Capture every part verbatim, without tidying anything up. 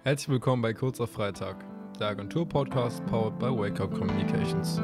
Herzlich willkommen bei Kurzer Freitag, der Agentur-Podcast powered by Wake Up Communications.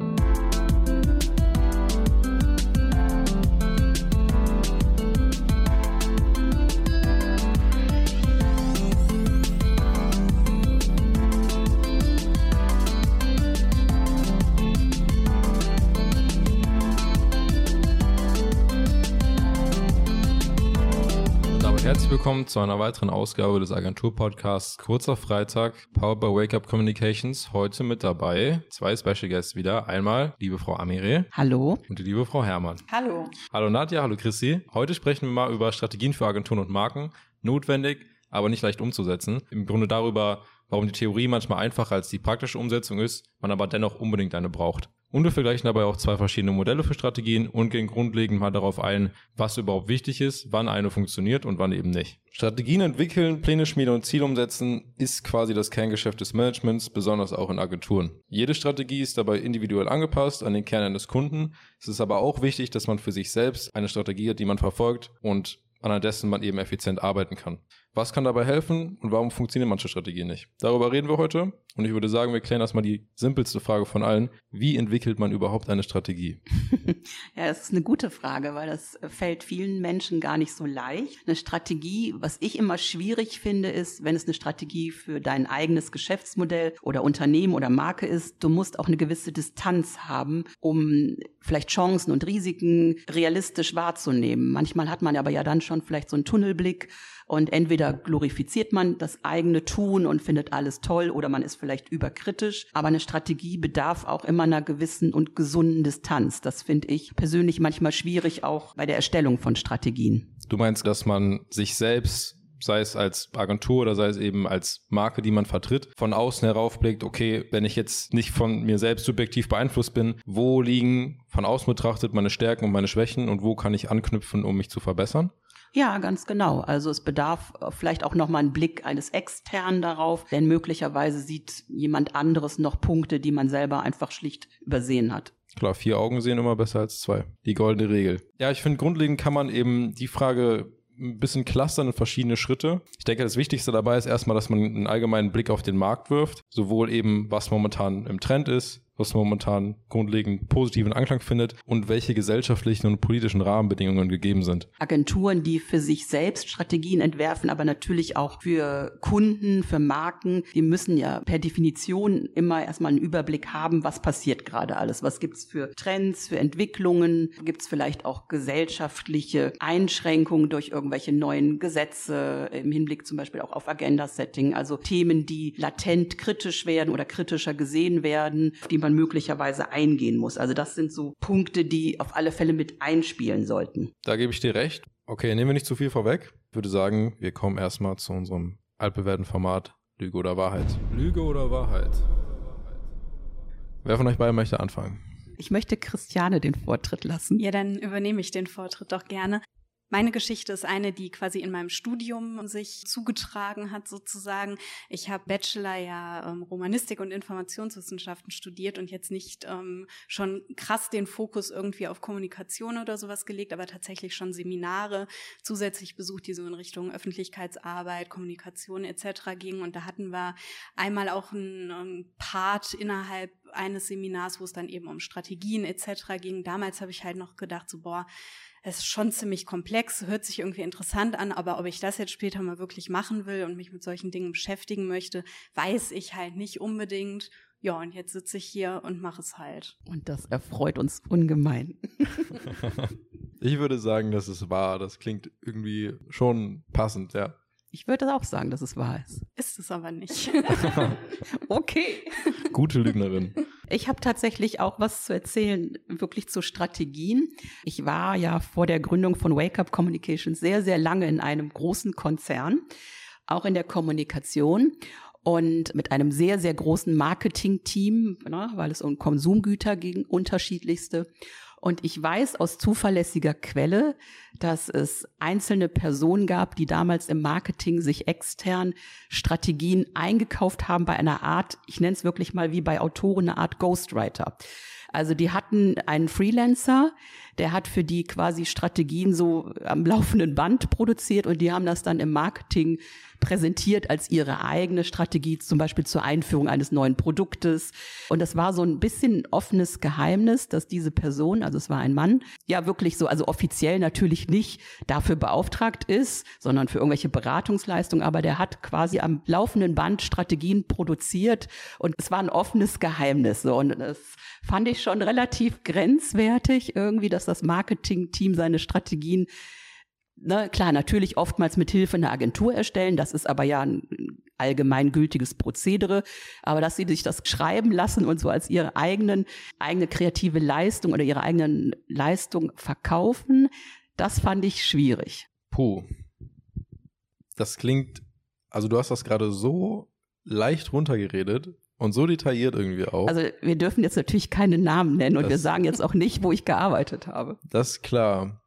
Herzlich willkommen zu einer weiteren Ausgabe des Agentur-Podcasts Kurzer Freitag, powered by Wake Up Communications. Heute mit dabei zwei Special Guests wieder. Einmal liebe Frau Amire. Hallo. Und die liebe Frau Herrmann. Hallo. Hallo Nadja, hallo Chrissy. Heute sprechen wir mal über Strategien für Agenturen und Marken. Notwendig, aber nicht leicht umzusetzen. Im Grunde darüber, warum die Theorie manchmal einfacher als die praktische Umsetzung ist, man aber dennoch unbedingt eine braucht. Und wir vergleichen dabei auch zwei verschiedene Modelle für Strategien und gehen grundlegend mal darauf ein, was überhaupt wichtig ist, wann eine funktioniert und wann eben nicht. Strategien entwickeln, Pläne schmieden und Ziele umsetzen ist quasi das Kerngeschäft des Managements, besonders auch in Agenturen. Jede Strategie ist dabei individuell angepasst an den Kern eines Kunden. Es ist aber auch wichtig, dass man für sich selbst eine Strategie hat, die man verfolgt und anhand dessen man eben effizient arbeiten kann. Was kann dabei helfen und warum funktionieren manche Strategien nicht? Darüber reden wir heute und ich würde sagen, wir klären erstmal die simpelste Frage von allen. Wie entwickelt man überhaupt eine Strategie? Ja, das ist eine gute Frage, weil das fällt vielen Menschen gar nicht so leicht. Eine Strategie, was ich immer schwierig finde, ist, wenn es eine Strategie für dein eigenes Geschäftsmodell oder Unternehmen oder Marke ist, du musst auch eine gewisse Distanz haben, um vielleicht Chancen und Risiken realistisch wahrzunehmen. Manchmal hat man aber ja dann schon vielleicht so einen Tunnelblick und entweder glorifiziert man das eigene Tun und findet alles toll oder man ist vielleicht überkritisch. Aber eine Strategie bedarf auch immer einer gewissen und gesunden Distanz. Das finde ich persönlich manchmal schwierig, auch bei der Erstellung von Strategien. Du meinst, dass man sich selbst, sei es als Agentur oder sei es eben als Marke, die man vertritt, von außen heraufblickt, okay, wenn ich jetzt nicht von mir selbst subjektiv beeinflusst bin, wo liegen von außen betrachtet meine Stärken und meine Schwächen und wo kann ich anknüpfen, um mich zu verbessern? Ja, ganz genau. Also es bedarf vielleicht auch nochmal einen Blick eines Externen darauf, denn möglicherweise sieht jemand anderes noch Punkte, die man selber einfach schlicht übersehen hat. Klar, vier Augen sehen immer besser als zwei. Die goldene Regel. Ja, ich finde, grundlegend kann man eben die Frage ein bisschen clustern in verschiedene Schritte. Ich denke, das Wichtigste dabei ist erstmal, dass man einen allgemeinen Blick auf den Markt wirft. Sowohl eben, was momentan im Trend ist, was momentan grundlegend positiven Anklang findet und welche gesellschaftlichen und politischen Rahmenbedingungen gegeben sind. Agenturen, die für sich selbst Strategien entwerfen, aber natürlich auch für Kunden, für Marken, die müssen ja per Definition immer erstmal einen Überblick haben, was passiert gerade alles. Was gibt's für Trends, für Entwicklungen? Gibt's vielleicht auch gesellschaftliche Einschränkungen durch irgendwelche neuen Gesetze im Hinblick zum Beispiel auch auf Agenda-Setting, also Themen, die latent kritisch werden oder kritischer gesehen werden, auf die man möglicherweise eingehen muss. Also das sind so Punkte, die auf alle Fälle mit einspielen sollten. Da gebe ich dir recht. Okay, nehmen wir nicht zu viel vorweg. Ich würde sagen, wir kommen erstmal zu unserem altbewährten Format Lüge oder Wahrheit. Lüge oder Wahrheit? Wer von euch beiden möchte anfangen? Ich möchte Christiane den Vortritt lassen. Ja, dann übernehme ich den Vortritt doch gerne. Meine Geschichte ist eine, die quasi in meinem Studium sich zugetragen hat sozusagen. Ich habe Bachelor ja ähm, Romanistik und Informationswissenschaften studiert und jetzt nicht ähm, schon krass den Fokus irgendwie auf Kommunikation oder sowas gelegt, aber tatsächlich schon Seminare zusätzlich besucht, die so in Richtung Öffentlichkeitsarbeit, Kommunikation et cetera gingen. Und da hatten wir einmal auch einen, einen Part innerhalb eines Seminars, wo es dann eben um Strategien et cetera ging. Damals habe ich halt noch gedacht, so boah, es ist schon ziemlich komplex, hört sich irgendwie interessant an, aber ob ich das jetzt später mal wirklich machen will und mich mit solchen Dingen beschäftigen möchte, weiß ich halt nicht unbedingt. Ja, und jetzt sitze ich hier und mache es halt. Und das erfreut uns ungemein. Ich würde sagen, das ist wahr. Das klingt irgendwie schon passend, ja. Ich würde auch sagen, dass es wahr ist. Ist es aber nicht. Okay. Gute Lügnerin. Ich habe tatsächlich auch was zu erzählen, wirklich zu Strategien. Ich war ja vor der Gründung von Wake Up Communications sehr, sehr lange in einem großen Konzern, auch in der Kommunikation und mit einem sehr, sehr großen Marketing-Team, ne, weil es um Konsumgüter ging, unterschiedlichste. Und ich weiß aus zuverlässiger Quelle, dass es einzelne Personen gab, die damals im Marketing sich extern Strategien eingekauft haben bei einer Art, ich nenne es wirklich mal wie bei Autoren, eine Art Ghostwriter. Also die hatten einen Freelancer, der hat für die quasi Strategien so am laufenden Band produziert und die haben das dann im Marketing präsentiert als ihre eigene Strategie, zum Beispiel zur Einführung eines neuen Produktes. Und das war so ein bisschen offenes Geheimnis, dass diese Person, also es war ein Mann, ja wirklich so, also offiziell natürlich nicht dafür beauftragt ist, sondern für irgendwelche Beratungsleistungen, aber der hat quasi am laufenden Band Strategien produziert und es war ein offenes Geheimnis. So. Und das fand ich schon relativ grenzwertig irgendwie, dass das Marketing-Team seine Strategien Ne, klar, natürlich oftmals mit Hilfe einer Agentur erstellen, das ist aber ja ein allgemeingültiges Prozedere, aber dass sie sich das schreiben lassen und so als ihre eigenen, eigene kreative Leistung oder ihre eigenen Leistung verkaufen, das fand ich schwierig. Puh. Das klingt, also du hast das gerade so leicht runtergeredet und so detailliert irgendwie auch. Also wir dürfen jetzt natürlich keine Namen nennen und das, wir sagen jetzt auch nicht, wo ich gearbeitet habe. Das ist klar.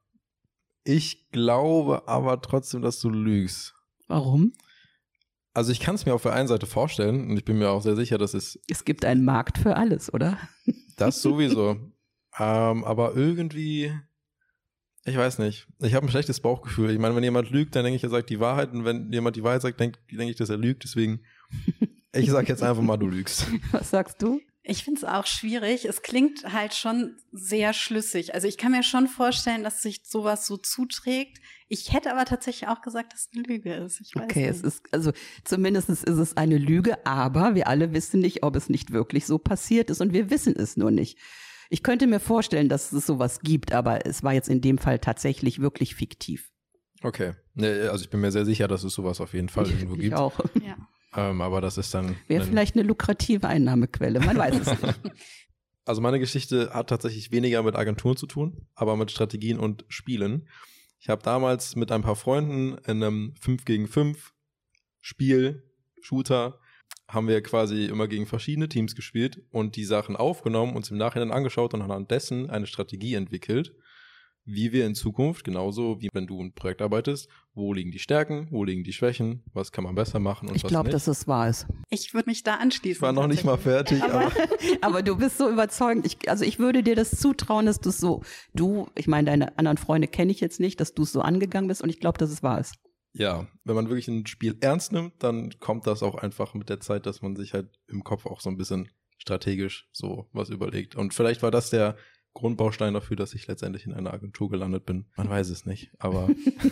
Ich glaube aber trotzdem, dass du lügst. Warum? Also ich kann es mir auf der einen Seite vorstellen und ich bin mir auch sehr sicher, dass es... Es gibt einen Markt für alles, oder? Das sowieso. ähm, aber irgendwie, ich weiß nicht. Ich habe ein schlechtes Bauchgefühl. Ich meine, wenn jemand lügt, dann denke ich, er sagt die Wahrheit und wenn jemand die Wahrheit sagt, denke denk ich, dass er lügt. Deswegen, ich sage jetzt einfach mal, du lügst. Was sagst du? Ich finde es auch schwierig. Es klingt halt schon sehr schlüssig. Also ich kann mir schon vorstellen, dass sich sowas so zuträgt. Ich hätte aber tatsächlich auch gesagt, dass es eine Lüge ist. Ich weiß okay, nicht. es ist, also zumindest ist es eine Lüge, aber wir alle wissen nicht, ob es nicht wirklich so passiert ist und wir wissen es nur nicht. Ich könnte mir vorstellen, dass es sowas gibt, aber es war jetzt in dem Fall tatsächlich wirklich fiktiv. Okay, also ich bin mir sehr sicher, dass es sowas auf jeden Fall ich, irgendwo ich gibt. auch. Ja. Ähm, aber das ist dann... Wäre vielleicht eine lukrative Einnahmequelle, man weiß es nicht. Also meine Geschichte hat tatsächlich weniger mit Agenturen zu tun, aber mit Strategien und Spielen. Ich habe damals mit ein paar Freunden in einem fünf gegen fünf Spiel, Shooter, haben wir quasi immer gegen verschiedene Teams gespielt und die Sachen aufgenommen, uns im Nachhinein angeschaut und anhand dessen eine Strategie entwickelt, wie wir in Zukunft, genauso wie wenn du ein Projekt arbeitest, wo liegen die Stärken, wo liegen die Schwächen, was kann man besser machen und ich was glaub, nicht. Ich glaube, dass es wahr ist. Ich würde mich da anschließen. Ich war noch nicht mal fertig. Aber, aber, aber du bist so überzeugend. Ich, also ich würde dir das zutrauen, dass du es so, du, ich meine, deine anderen Freunde kenne ich jetzt nicht, dass du es so angegangen bist und ich glaube, dass es wahr ist. Ja, wenn man wirklich ein Spiel ernst nimmt, dann kommt das auch einfach mit der Zeit, dass man sich halt im Kopf auch so ein bisschen strategisch so was überlegt. Und vielleicht war das der Grundbaustein dafür, dass ich letztendlich in einer Agentur gelandet bin. Man weiß es nicht, aber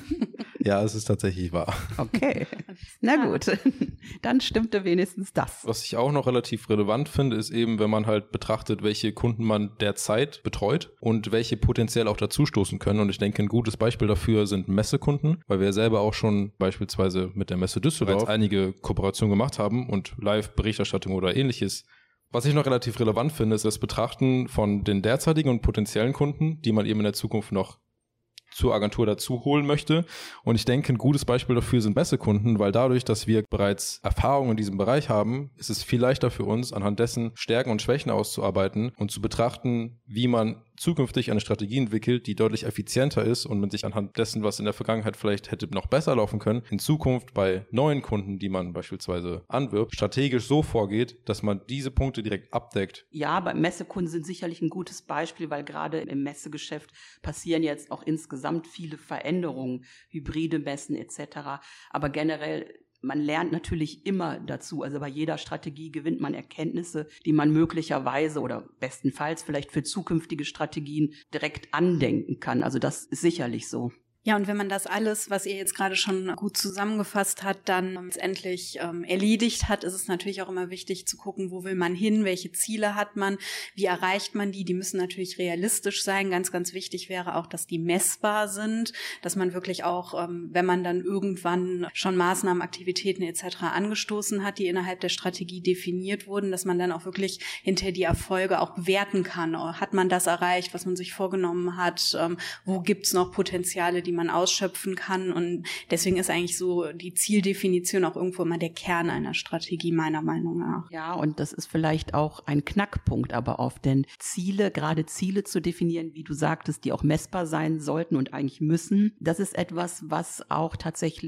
ja, es ist tatsächlich wahr. Okay, na gut, dann stimmte wenigstens das. Was ich auch noch relativ relevant finde, ist eben, wenn man halt betrachtet, welche Kunden man derzeit betreut und welche potenziell auch dazustoßen können. Und ich denke, ein gutes Beispiel dafür sind Messekunden, weil wir selber auch schon beispielsweise mit der Messe Düsseldorf einige Kooperationen gemacht haben und Live-Berichterstattung oder ähnliches. Was ich noch relativ relevant finde, ist das Betrachten von den derzeitigen und potenziellen Kunden, die man eben in der Zukunft noch zur Agentur dazu holen möchte. Und ich denke, ein gutes Beispiel dafür sind Messekunden, weil dadurch, dass wir bereits Erfahrung in diesem Bereich haben, ist es viel leichter für uns, anhand dessen Stärken und Schwächen auszuarbeiten und zu betrachten, wie man zukünftig eine Strategie entwickelt, die deutlich effizienter ist und man sich anhand dessen, was in der Vergangenheit vielleicht hätte noch besser laufen können, in Zukunft bei neuen Kunden, die man beispielsweise anwirbt, strategisch so vorgeht, dass man diese Punkte direkt abdeckt. Ja, bei Messekunden sind sicherlich ein gutes Beispiel, weil gerade im Messegeschäft passieren jetzt auch insgesamt viele Veränderungen, hybride Messen et cetera. Aber generell man lernt natürlich immer dazu, also bei jeder Strategie gewinnt man Erkenntnisse, die man möglicherweise oder bestenfalls vielleicht für zukünftige Strategien direkt andenken kann. Also das ist sicherlich so. Ja, und wenn man das alles, was ihr jetzt gerade schon gut zusammengefasst hat, dann letztendlich ähm, erledigt hat, ist es natürlich auch immer wichtig zu gucken, wo will man hin, welche Ziele hat man, wie erreicht man die, die müssen natürlich realistisch sein. Ganz, ganz wichtig wäre auch, dass die messbar sind, dass man wirklich auch, ähm, wenn man dann irgendwann schon Maßnahmen, Aktivitäten et cetera angestoßen hat, die innerhalb der Strategie definiert wurden, dass man dann auch wirklich hinter die Erfolge auch bewerten kann. Hat man das erreicht, was man sich vorgenommen hat? Ähm, wo gibt's noch Potenziale, die die man ausschöpfen kann, und deswegen ist eigentlich so die Zieldefinition auch irgendwo immer der Kern einer Strategie, meiner Meinung nach. Ja, und das ist vielleicht auch ein Knackpunkt aber oft, denn Ziele, gerade Ziele zu definieren, wie du sagtest, die auch messbar sein sollten und eigentlich müssen, das ist etwas, was auch tatsächlich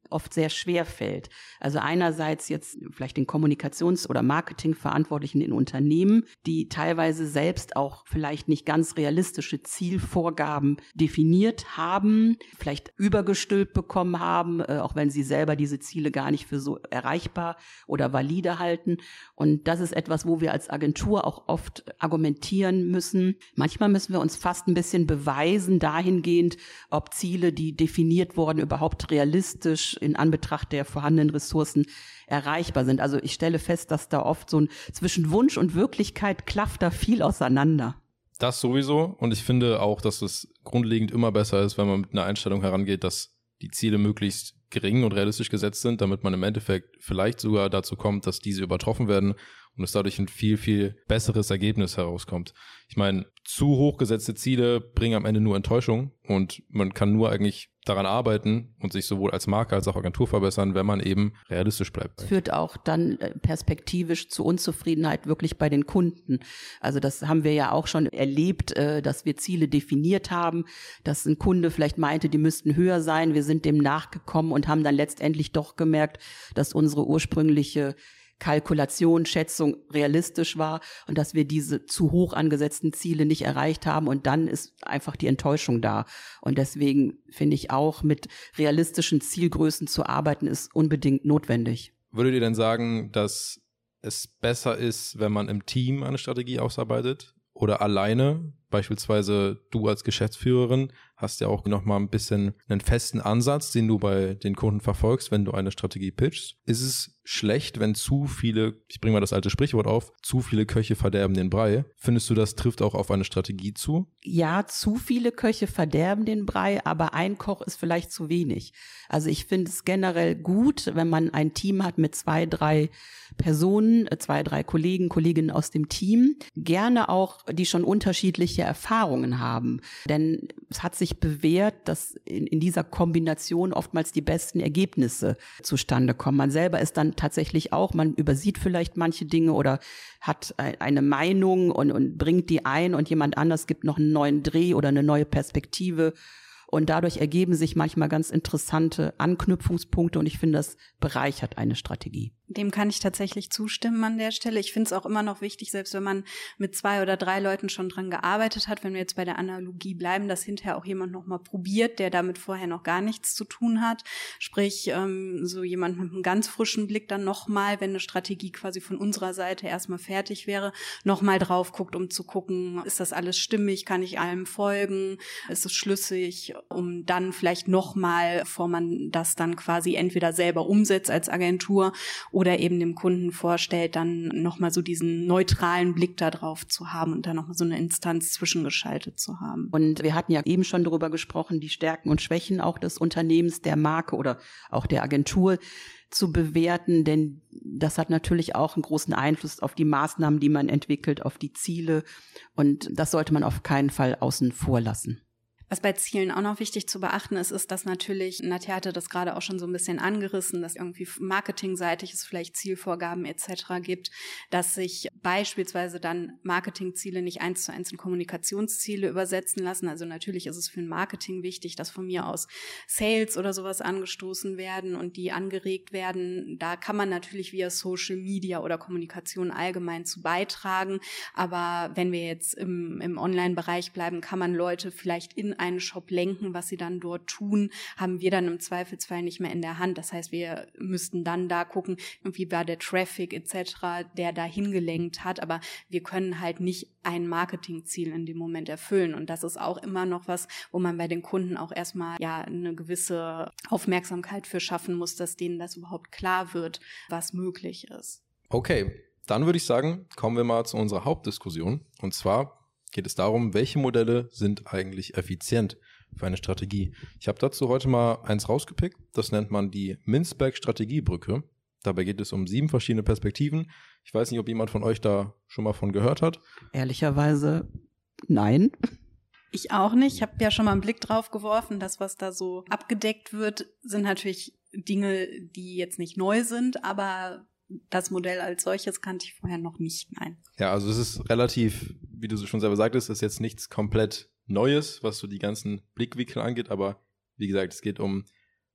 oft sehr schwer fällt. Also einerseits jetzt vielleicht den Kommunikations- oder Marketingverantwortlichen in Unternehmen, die teilweise selbst auch vielleicht nicht ganz realistische Zielvorgaben definiert haben, vielleicht übergestülpt bekommen haben, äh, auch wenn sie selber diese Ziele gar nicht für so erreichbar oder valide halten. Und das ist etwas, wo wir als Agentur auch oft argumentieren müssen. Manchmal müssen wir uns fast ein bisschen beweisen dahingehend, ob Ziele, die definiert wurden, überhaupt realistisch in Anbetracht der vorhandenen Ressourcen erreichbar sind. Also ich stelle fest, dass da oft so ein zwischen Wunsch und Wirklichkeit klafft da viel auseinander. Das sowieso. Und ich finde auch, dass es grundlegend immer besser ist, wenn man mit einer Einstellung herangeht, dass die Ziele möglichst gering und realistisch gesetzt sind, damit man im Endeffekt vielleicht sogar dazu kommt, dass diese übertroffen werden und es dadurch ein viel, viel besseres Ergebnis herauskommt. Ich meine, zu hoch gesetzte Ziele bringen am Ende nur Enttäuschung und man kann nur eigentlich daran arbeiten und sich sowohl als Marke als auch Agentur verbessern, wenn man eben realistisch bleibt. Das führt auch dann perspektivisch zu Unzufriedenheit wirklich bei den Kunden. Also das haben wir ja auch schon erlebt, dass wir Ziele definiert haben, dass ein Kunde vielleicht meinte, die müssten höher sein. Wir sind dem nachgekommen und haben dann letztendlich doch gemerkt, dass unsere ursprüngliche Kalkulation, Schätzung realistisch war und dass wir diese zu hoch angesetzten Ziele nicht erreicht haben und dann ist einfach die Enttäuschung da. Und deswegen finde ich auch, mit realistischen Zielgrößen zu arbeiten, ist unbedingt notwendig. Würdet ihr denn sagen, dass es besser ist, wenn man im Team eine Strategie ausarbeitet oder alleine? Beispielsweise du als Geschäftsführerin hast ja auch nochmal ein bisschen einen festen Ansatz, den du bei den Kunden verfolgst, wenn du eine Strategie pitchst. Ist es schlecht, wenn zu viele, ich bringe mal das alte Sprichwort auf, zu viele Köche verderben den Brei? Findest du, das trifft auch auf eine Strategie zu? Ja, zu viele Köche verderben den Brei, aber ein Koch ist vielleicht zu wenig. Also ich finde es generell gut, wenn man ein Team hat mit zwei, drei Personen, zwei, drei Kollegen, Kolleginnen aus dem Team, gerne auch, die schon unterschiedliche Erfahrungen haben. Denn es hat sich bewährt, dass in, in dieser Kombination oftmals die besten Ergebnisse zustande kommen. Man selber ist dann tatsächlich auch, man übersieht vielleicht manche Dinge oder hat eine Meinung und, und bringt die ein und jemand anders gibt noch einen neuen Dreh oder eine neue Perspektive. Und dadurch ergeben sich manchmal ganz interessante Anknüpfungspunkte und ich finde, das bereichert eine Strategie. Dem kann ich tatsächlich zustimmen an der Stelle. Ich finde es auch immer noch wichtig, selbst wenn man mit zwei oder drei Leuten schon dran gearbeitet hat, wenn wir jetzt bei der Analogie bleiben, dass hinterher auch jemand nochmal probiert, der damit vorher noch gar nichts zu tun hat. Sprich, ähm, so jemand mit einem ganz frischen Blick dann nochmal, wenn eine Strategie quasi von unserer Seite erstmal fertig wäre, nochmal drauf guckt, um zu gucken, ist das alles stimmig, kann ich allem folgen, ist es schlüssig, um dann vielleicht nochmal, bevor man das dann quasi entweder selber umsetzt als Agentur oder eben dem Kunden vorstellt, dann nochmal so diesen neutralen Blick da drauf zu haben und dann nochmal so eine Instanz zwischengeschaltet zu haben. Und wir hatten ja eben schon darüber gesprochen, die Stärken und Schwächen auch des Unternehmens, der Marke oder auch der Agentur zu bewerten, denn das hat natürlich auch einen großen Einfluss auf die Maßnahmen, die man entwickelt, auf die Ziele und das sollte man auf keinen Fall außen vor lassen. Was bei Zielen auch noch wichtig zu beachten ist, ist, dass natürlich, Nadja hatte das gerade auch schon so ein bisschen angerissen, dass irgendwie marketingseitig es vielleicht Zielvorgaben et cetera gibt, dass sich beispielsweise dann Marketingziele nicht eins zu eins in Kommunikationsziele übersetzen lassen. Also natürlich ist es für ein Marketing wichtig, dass von mir aus Sales oder sowas angestoßen werden und die angeregt werden. Da kann man natürlich via Social Media oder Kommunikation allgemein zu beitragen. Aber wenn wir jetzt im, im Online-Bereich bleiben, kann man Leute vielleicht in einen Shop lenken, was sie dann dort tun, haben wir dann im Zweifelsfall nicht mehr in der Hand. Das heißt, wir müssten dann da gucken, wie war der Traffic et cetera, der da hingelenkt hat, aber wir können halt nicht ein Marketingziel in dem Moment erfüllen und das ist auch immer noch was, wo man bei den Kunden auch erstmal ja eine gewisse Aufmerksamkeit für schaffen muss, dass denen das überhaupt klar wird, was möglich ist. Okay, dann würde ich sagen, kommen wir mal zu unserer Hauptdiskussion und zwar geht es darum, welche Modelle sind eigentlich effizient für eine Strategie. Ich habe dazu heute mal eins rausgepickt, das nennt man die Mintzberg-Strategiebrücke. Dabei geht es um sieben verschiedene Perspektiven. Ich weiß nicht, ob jemand von euch da schon mal von gehört hat. Ehrlicherweise nein. Ich auch nicht. Ich habe ja schon mal einen Blick drauf geworfen. Das, was da so abgedeckt wird, sind natürlich Dinge, die jetzt nicht neu sind, aber das Modell als solches kannte ich vorher noch nicht, nein. Ja, also es ist relativ, wie du schon selber sagtest, ist jetzt nichts komplett Neues, was so die ganzen Blickwinkel angeht, aber wie gesagt, es geht um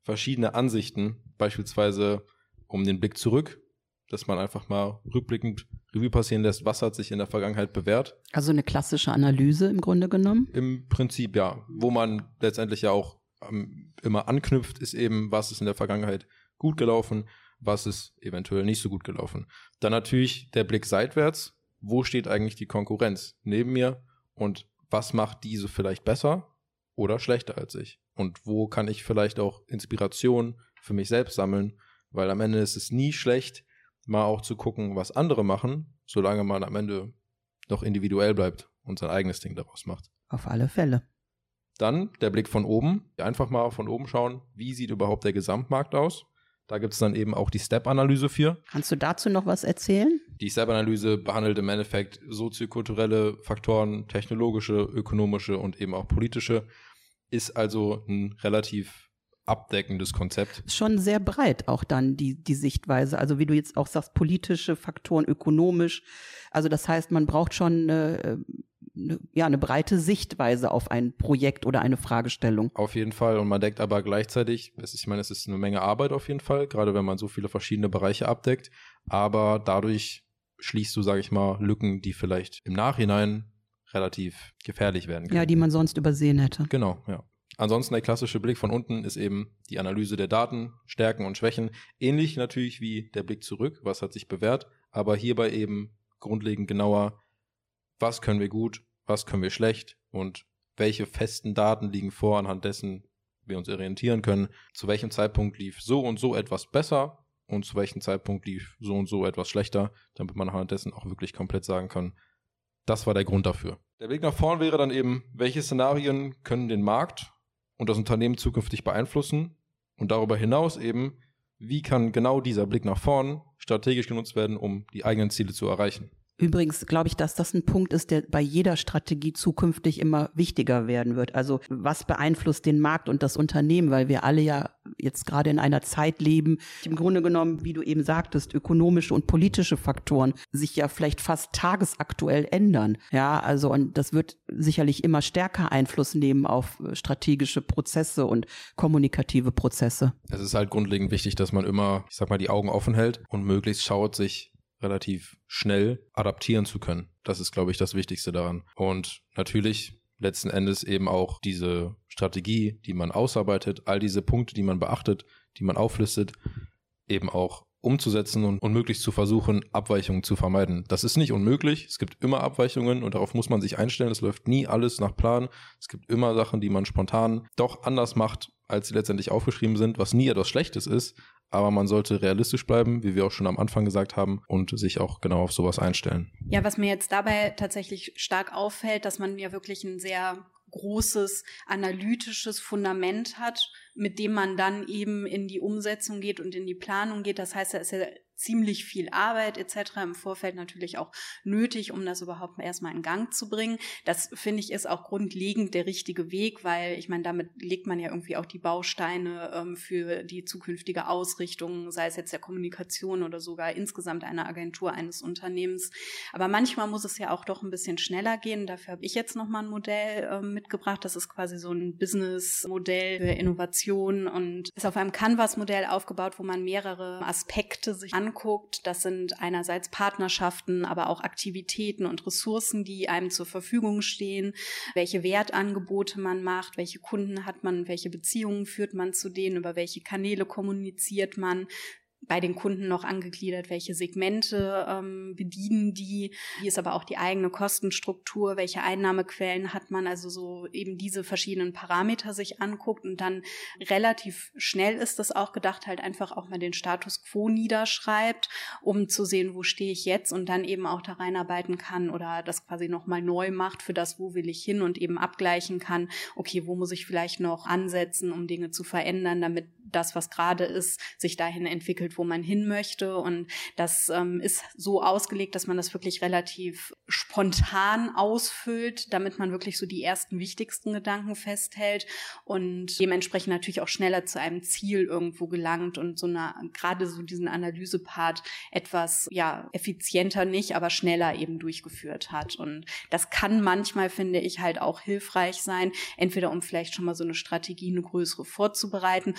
verschiedene Ansichten, beispielsweise um den Blick zurück, dass man einfach mal rückblickend Revue passieren lässt, was hat sich in der Vergangenheit bewährt. Also eine klassische Analyse im Grunde genommen? Im Prinzip ja. Wo man letztendlich ja auch ähm, immer anknüpft, ist eben, was ist in der Vergangenheit gut gelaufen, was ist eventuell nicht so gut gelaufen. Dann natürlich der Blick seitwärts. Wo steht eigentlich die Konkurrenz neben mir und was macht diese vielleicht besser oder schlechter als ich? Und wo kann ich vielleicht auch Inspiration für mich selbst sammeln? Weil am Ende ist es nie schlecht, mal auch zu gucken, was andere machen, solange man am Ende noch individuell bleibt und sein eigenes Ding daraus macht. Auf alle Fälle. Dann der Blick von oben. Einfach mal von oben schauen, wie sieht überhaupt der Gesamtmarkt aus? Da gibt es dann eben auch die Step-Analyse für. Kannst du dazu noch was erzählen? Die Step-Analyse behandelt im Endeffekt soziokulturelle Faktoren, technologische, ökonomische und eben auch politische. Ist also ein relativ abdeckendes Konzept. Schon sehr breit auch dann die, die Sichtweise. Also wie du jetzt auch sagst, politische Faktoren, ökonomisch. Also das heißt, man braucht schon eine, eine, ja, eine breite Sichtweise auf ein Projekt oder eine Fragestellung. Auf jeden Fall. Und man deckt aber gleichzeitig, ich meine, es ist eine Menge Arbeit auf jeden Fall, gerade wenn man so viele verschiedene Bereiche abdeckt. Aber dadurch schließt du, sage ich mal, Lücken, die vielleicht im Nachhinein relativ gefährlich werden können. Ja, die man sonst übersehen hätte. Genau, ja. Ansonsten der klassische Blick von unten ist eben die Analyse der Daten, Stärken und Schwächen. Ähnlich natürlich wie der Blick zurück, was hat sich bewährt, aber hierbei eben grundlegend genauer, was können wir gut, was können wir schlecht und welche festen Daten liegen vor, anhand dessen wir uns orientieren können, zu welchem Zeitpunkt lief so und so etwas besser und zu welchem Zeitpunkt lief so und so etwas schlechter, damit man anhand dessen auch wirklich komplett sagen kann, das war der Grund dafür. Der Weg nach vorn wäre dann eben, welche Szenarien können den Markt und das Unternehmen zukünftig beeinflussen und darüber hinaus eben, wie kann genau dieser Blick nach vorn strategisch genutzt werden, um die eigenen Ziele zu erreichen. Übrigens glaube ich, dass das ein Punkt ist, der bei jeder Strategie zukünftig immer wichtiger werden wird. Also was beeinflusst den Markt und das Unternehmen, weil wir alle ja jetzt gerade in einer Zeit leben, im Grunde genommen, wie du eben sagtest, ökonomische und politische Faktoren sich ja vielleicht fast tagesaktuell ändern. Ja, also und das wird sicherlich immer stärker Einfluss nehmen auf strategische Prozesse und kommunikative Prozesse. Es ist halt grundlegend wichtig, dass man immer, ich sag mal, die Augen offen hält und möglichst schaut, sich relativ schnell adaptieren zu können. Das ist, glaube ich, das Wichtigste daran. Und natürlich letzten Endes eben auch diese Strategie, die man ausarbeitet, all diese Punkte, die man beachtet, die man auflistet, eben auch umzusetzen und, und möglichst zu versuchen, Abweichungen zu vermeiden. Das ist nicht unmöglich. Es gibt immer Abweichungen und darauf muss man sich einstellen. Es läuft nie alles nach Plan. Es gibt immer Sachen, die man spontan doch anders macht, als sie letztendlich aufgeschrieben sind, was nie etwas Schlechtes ist. Aber man sollte realistisch bleiben, wie wir auch schon am Anfang gesagt haben, und sich auch genau auf sowas einstellen. Ja, was mir jetzt dabei tatsächlich stark auffällt, dass man ja wirklich ein sehr großes analytisches Fundament hat, mit dem man dann eben in die Umsetzung geht und in die Planung geht. Das heißt, da ist ja ziemlich viel Arbeit et cetera im Vorfeld natürlich auch nötig, um das überhaupt erstmal in Gang zu bringen. Das, finde ich, ist auch grundlegend der richtige Weg, weil ich meine, damit legt man ja irgendwie auch die Bausteine ähm, für die zukünftige Ausrichtung, sei es jetzt der Kommunikation oder sogar insgesamt einer Agentur, eines Unternehmens. Aber manchmal muss es ja auch doch ein bisschen schneller gehen. Dafür habe ich jetzt nochmal ein Modell ähm, mitgebracht. Das ist quasi so ein Business-Modell für Innovation und ist auf einem Canvas-Modell aufgebaut, wo man mehrere Aspekte sich anguckt. Das sind einerseits Partnerschaften, aber auch Aktivitäten und Ressourcen, die einem zur Verfügung stehen, welche Wertangebote man macht, welche Kunden hat man, welche Beziehungen führt man zu denen, über welche Kanäle kommuniziert man, bei den Kunden noch angegliedert, welche Segmente ähm, bedienen die, wie ist aber auch die eigene Kostenstruktur, welche Einnahmequellen hat man, also so eben diese verschiedenen Parameter sich anguckt und dann relativ schnell ist das auch gedacht, halt einfach auch mal den Status quo niederschreibt, um zu sehen, wo stehe ich jetzt und dann eben auch da reinarbeiten kann oder das quasi nochmal neu macht für das, wo will ich hin und eben abgleichen kann, okay, wo muss ich vielleicht noch ansetzen, um Dinge zu verändern, damit das, was gerade ist, sich dahin entwickelt, wo man hin möchte. Und das ähm, ist so ausgelegt, dass man das wirklich relativ spontan ausfüllt, damit man wirklich so die ersten wichtigsten Gedanken festhält und dementsprechend natürlich auch schneller zu einem Ziel irgendwo gelangt und so eine, gerade so diesen Analysepart etwas, ja, effizienter nicht, aber schneller eben durchgeführt hat. Und das kann manchmal, finde ich, halt auch hilfreich sein, entweder um vielleicht schon mal so eine Strategie, eine größere vorzubereiten oder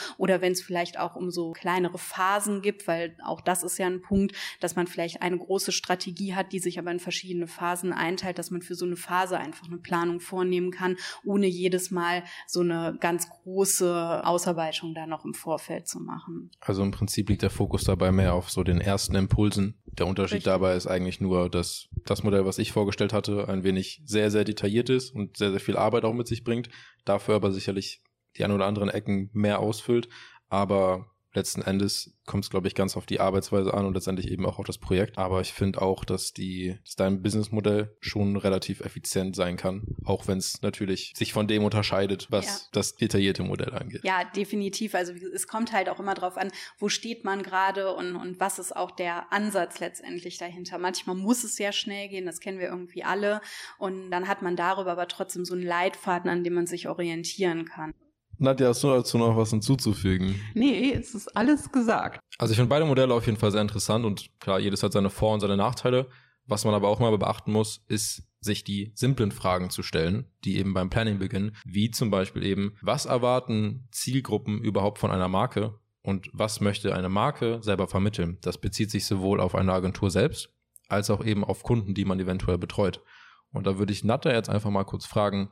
oder wenn es vielleicht auch um so kleinere Phasen gibt, weil auch das ist ja ein Punkt, dass man vielleicht eine große Strategie hat, die sich aber in verschiedene Phasen einteilt, dass man für so eine Phase einfach eine Planung vornehmen kann, ohne jedes Mal so eine ganz große Ausarbeitung da noch im Vorfeld zu machen. Also im Prinzip liegt der Fokus dabei mehr auf so den ersten Impulsen. Der Unterschied Richtig. dabei ist eigentlich nur, dass das Modell, was ich vorgestellt hatte, ein wenig sehr, sehr detailliert ist und sehr, sehr viel Arbeit auch mit sich bringt, dafür aber sicherlich die ein oder anderen Ecken mehr ausfüllt, aber letzten Endes kommt es, glaube ich, ganz auf die Arbeitsweise an und letztendlich eben auch auf das Projekt. Aber ich finde auch, dass die, dass dein Businessmodell schon relativ effizient sein kann, auch wenn es natürlich sich von dem unterscheidet, was ja. das detaillierte Modell angeht. Ja, definitiv. Also es kommt halt auch immer drauf an, wo steht man gerade und, und was ist auch der Ansatz letztendlich dahinter. Manchmal muss es sehr schnell gehen, das kennen wir irgendwie alle. Und dann hat man darüber aber trotzdem so einen Leitfaden, an dem man sich orientieren kann. Nadja, hast du dazu noch was hinzuzufügen? Nee, es ist alles gesagt. Also ich finde beide Modelle auf jeden Fall sehr interessant und klar, jedes hat seine Vor- und seine Nachteile. Was man aber auch mal beachten muss, ist, sich die simplen Fragen zu stellen, die eben beim Planning beginnen, wie zum Beispiel eben, was erwarten Zielgruppen überhaupt von einer Marke und was möchte eine Marke selber vermitteln? Das bezieht sich sowohl auf eine Agentur selbst, als auch eben auf Kunden, die man eventuell betreut. Und da würde ich Nadja jetzt einfach mal kurz fragen,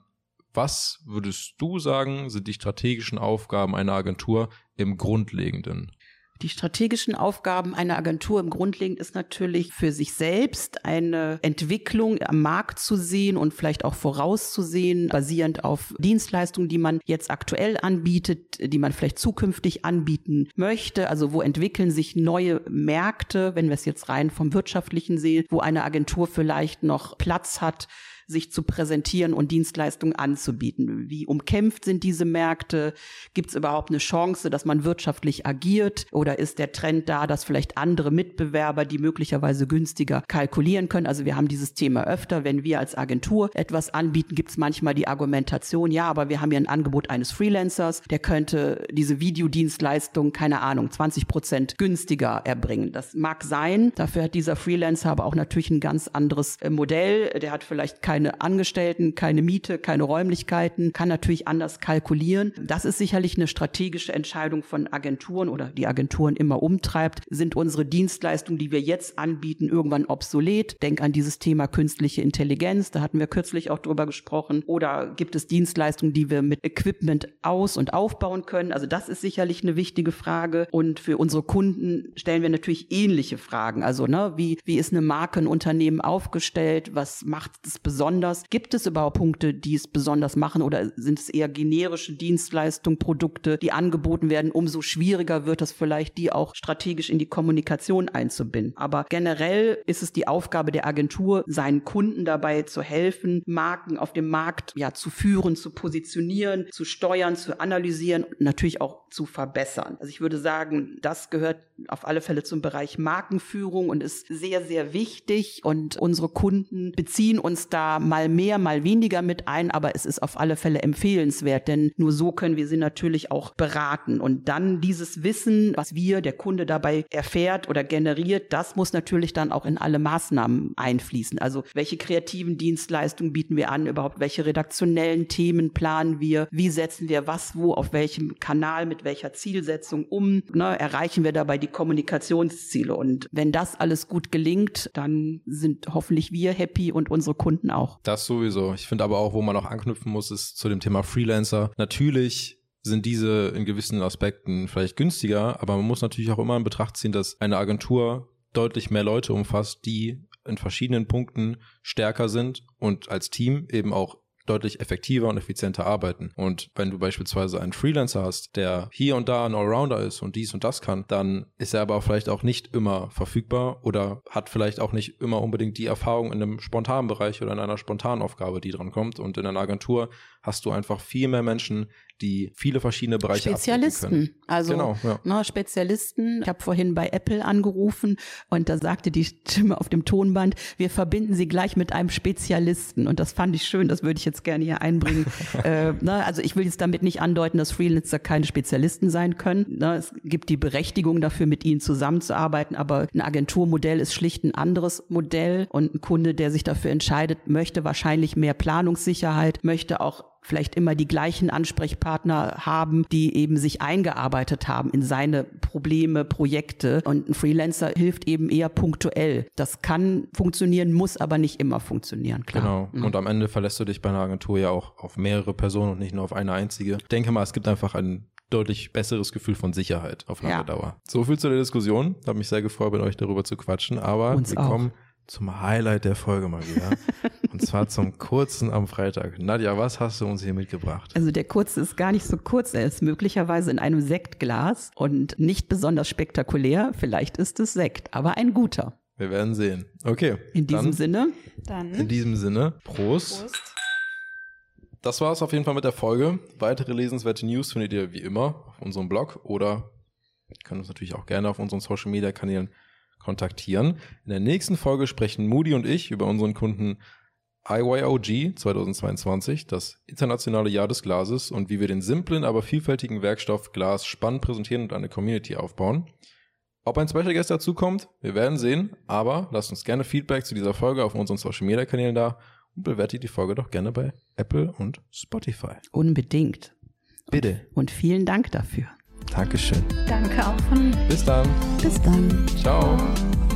was würdest du sagen, sind die strategischen Aufgaben einer Agentur im Grundlegenden? Die strategischen Aufgaben einer Agentur im Grundlegenden ist natürlich für sich selbst eine Entwicklung am Markt zu sehen und vielleicht auch vorauszusehen, basierend auf Dienstleistungen, die man jetzt aktuell anbietet, die man vielleicht zukünftig anbieten möchte. Also wo entwickeln sich neue Märkte, wenn wir es jetzt rein vom Wirtschaftlichen sehen, wo eine Agentur vielleicht noch Platz hat, sich zu präsentieren und Dienstleistungen anzubieten. Wie umkämpft sind diese Märkte? Gibt es überhaupt eine Chance, dass man wirtschaftlich agiert? Oder ist der Trend da, dass vielleicht andere Mitbewerber, die möglicherweise günstiger kalkulieren können? Also wir haben dieses Thema öfter. Wenn wir als Agentur etwas anbieten, gibt es manchmal die Argumentation, ja, aber wir haben ja ein Angebot eines Freelancers, der könnte diese Videodienstleistung, keine Ahnung, zwanzig Prozent günstiger erbringen. Das mag sein. Dafür hat dieser Freelancer aber auch natürlich ein ganz anderes Modell. Der hat vielleicht keine Keine Angestellten, keine Miete, keine Räumlichkeiten, kann natürlich anders kalkulieren. Das ist sicherlich eine strategische Entscheidung von Agenturen oder die Agenturen immer umtreibt. Sind unsere Dienstleistungen, die wir jetzt anbieten, irgendwann obsolet? Denk an dieses Thema künstliche Intelligenz, da hatten wir kürzlich auch drüber gesprochen. Oder gibt es Dienstleistungen, die wir mit Equipment aus- und aufbauen können? Also das ist sicherlich eine wichtige Frage. Und für unsere Kunden stellen wir natürlich ähnliche Fragen. Also ne, wie, wie ist eine Marke, ein Unternehmen aufgestellt? Was macht es besonders? Gibt es überhaupt Punkte, die es besonders machen oder sind es eher generische Dienstleistungen, Produkte, die angeboten werden? Umso schwieriger wird es vielleicht, die auch strategisch in die Kommunikation einzubinden. Aber generell ist es die Aufgabe der Agentur, seinen Kunden dabei zu helfen, Marken auf dem Markt ja zu führen, zu positionieren, zu steuern, zu analysieren und natürlich auch zu verbessern. Also ich würde sagen, das gehört auf alle Fälle zum Bereich Markenführung und ist sehr, sehr wichtig und unsere Kunden beziehen uns da mal mehr, mal weniger mit ein, aber es ist auf alle Fälle empfehlenswert, denn nur so können wir sie natürlich auch beraten. Und dann dieses Wissen, was wir, der Kunde dabei erfährt oder generiert, das muss natürlich dann auch in alle Maßnahmen einfließen. Also welche kreativen Dienstleistungen bieten wir an, überhaupt welche redaktionellen Themen planen wir, wie setzen wir was wo, auf welchem Kanal, mit welcher Zielsetzung um, ne, erreichen wir dabei die Kommunikationsziele. Und wenn das alles gut gelingt, dann sind hoffentlich wir happy und unsere Kunden auch. Das sowieso. Ich finde aber auch, wo man auch anknüpfen muss, ist zu dem Thema Freelancer. Natürlich sind diese in gewissen Aspekten vielleicht günstiger, aber man muss natürlich auch immer in Betracht ziehen, dass eine Agentur deutlich mehr Leute umfasst, die in verschiedenen Punkten stärker sind und als Team eben auch deutlich effektiver und effizienter arbeiten. Und wenn du beispielsweise einen Freelancer hast, der hier und da ein Allrounder ist und dies und das kann, dann ist er aber vielleicht auch nicht immer verfügbar oder hat vielleicht auch nicht immer unbedingt die Erfahrung in einem spontanen Bereich oder in einer spontanen Aufgabe, die dran kommt. Und in einer Agentur hast du einfach viel mehr Menschen, die viele verschiedene Bereiche Spezialisten, abdecken können. also genau, ja. ne, Spezialisten. Ich habe vorhin bei Apple angerufen und da sagte die Stimme auf dem Tonband, wir verbinden sie gleich mit einem Spezialisten und das fand ich schön, das würde ich jetzt gerne hier einbringen. äh, ne, also ich will jetzt damit nicht andeuten, dass Freelancer keine Spezialisten sein können. Ne, es gibt die Berechtigung dafür, mit ihnen zusammenzuarbeiten, aber ein Agenturmodell ist schlicht ein anderes Modell und ein Kunde, der sich dafür entscheidet, möchte wahrscheinlich mehr Planungssicherheit, möchte auch vielleicht immer die gleichen Ansprechpartner haben, die eben sich eingearbeitet haben in seine Probleme, Projekte. Und ein Freelancer hilft eben eher punktuell. Das kann funktionieren, muss aber nicht immer funktionieren, klar. Genau. Mhm. Und am Ende verlässt du dich bei einer Agentur ja auch auf mehrere Personen und nicht nur auf eine einzige. Ich denke mal, es gibt einfach ein deutlich besseres Gefühl von Sicherheit auf lange Ja. Dauer. So viel zu der Diskussion. Habe mich sehr gefreut, mit euch darüber zu quatschen. Aber Uns wir auch. kommen zum Highlight der Folge mal wieder. Und zwar zum kurzen am Freitag. Nadja, was hast du uns hier mitgebracht? Also der kurze ist gar nicht so kurz, er ist möglicherweise in einem Sektglas und nicht besonders spektakulär. Vielleicht ist es Sekt, aber ein guter. Wir werden sehen. Okay. In diesem dann, Sinne, Dann In diesem Sinne, Prost. Prost. Das war es auf jeden Fall mit der Folge. Weitere lesenswerte News findet ihr wie immer auf unserem Blog oder ihr könnt uns natürlich auch gerne auf unseren Social Media Kanälen kontaktieren. In der nächsten Folge sprechen Moody und ich über unseren Kunden I Y O G zweitausendzweiundzwanzig, das internationale Jahr des Glases und wie wir den simplen, aber vielfältigen Werkstoff Glas spannend präsentieren und eine Community aufbauen. Ob ein Special Guest dazukommt, wir werden sehen, aber lasst uns gerne Feedback zu dieser Folge auf unseren Social Media Kanälen da und bewertet die Folge doch gerne bei Apple und Spotify. unbedingt. Bitte. Und vielen Dank dafür. Dankeschön. Danke auch von mir. Bis dann. Bis dann. Ciao.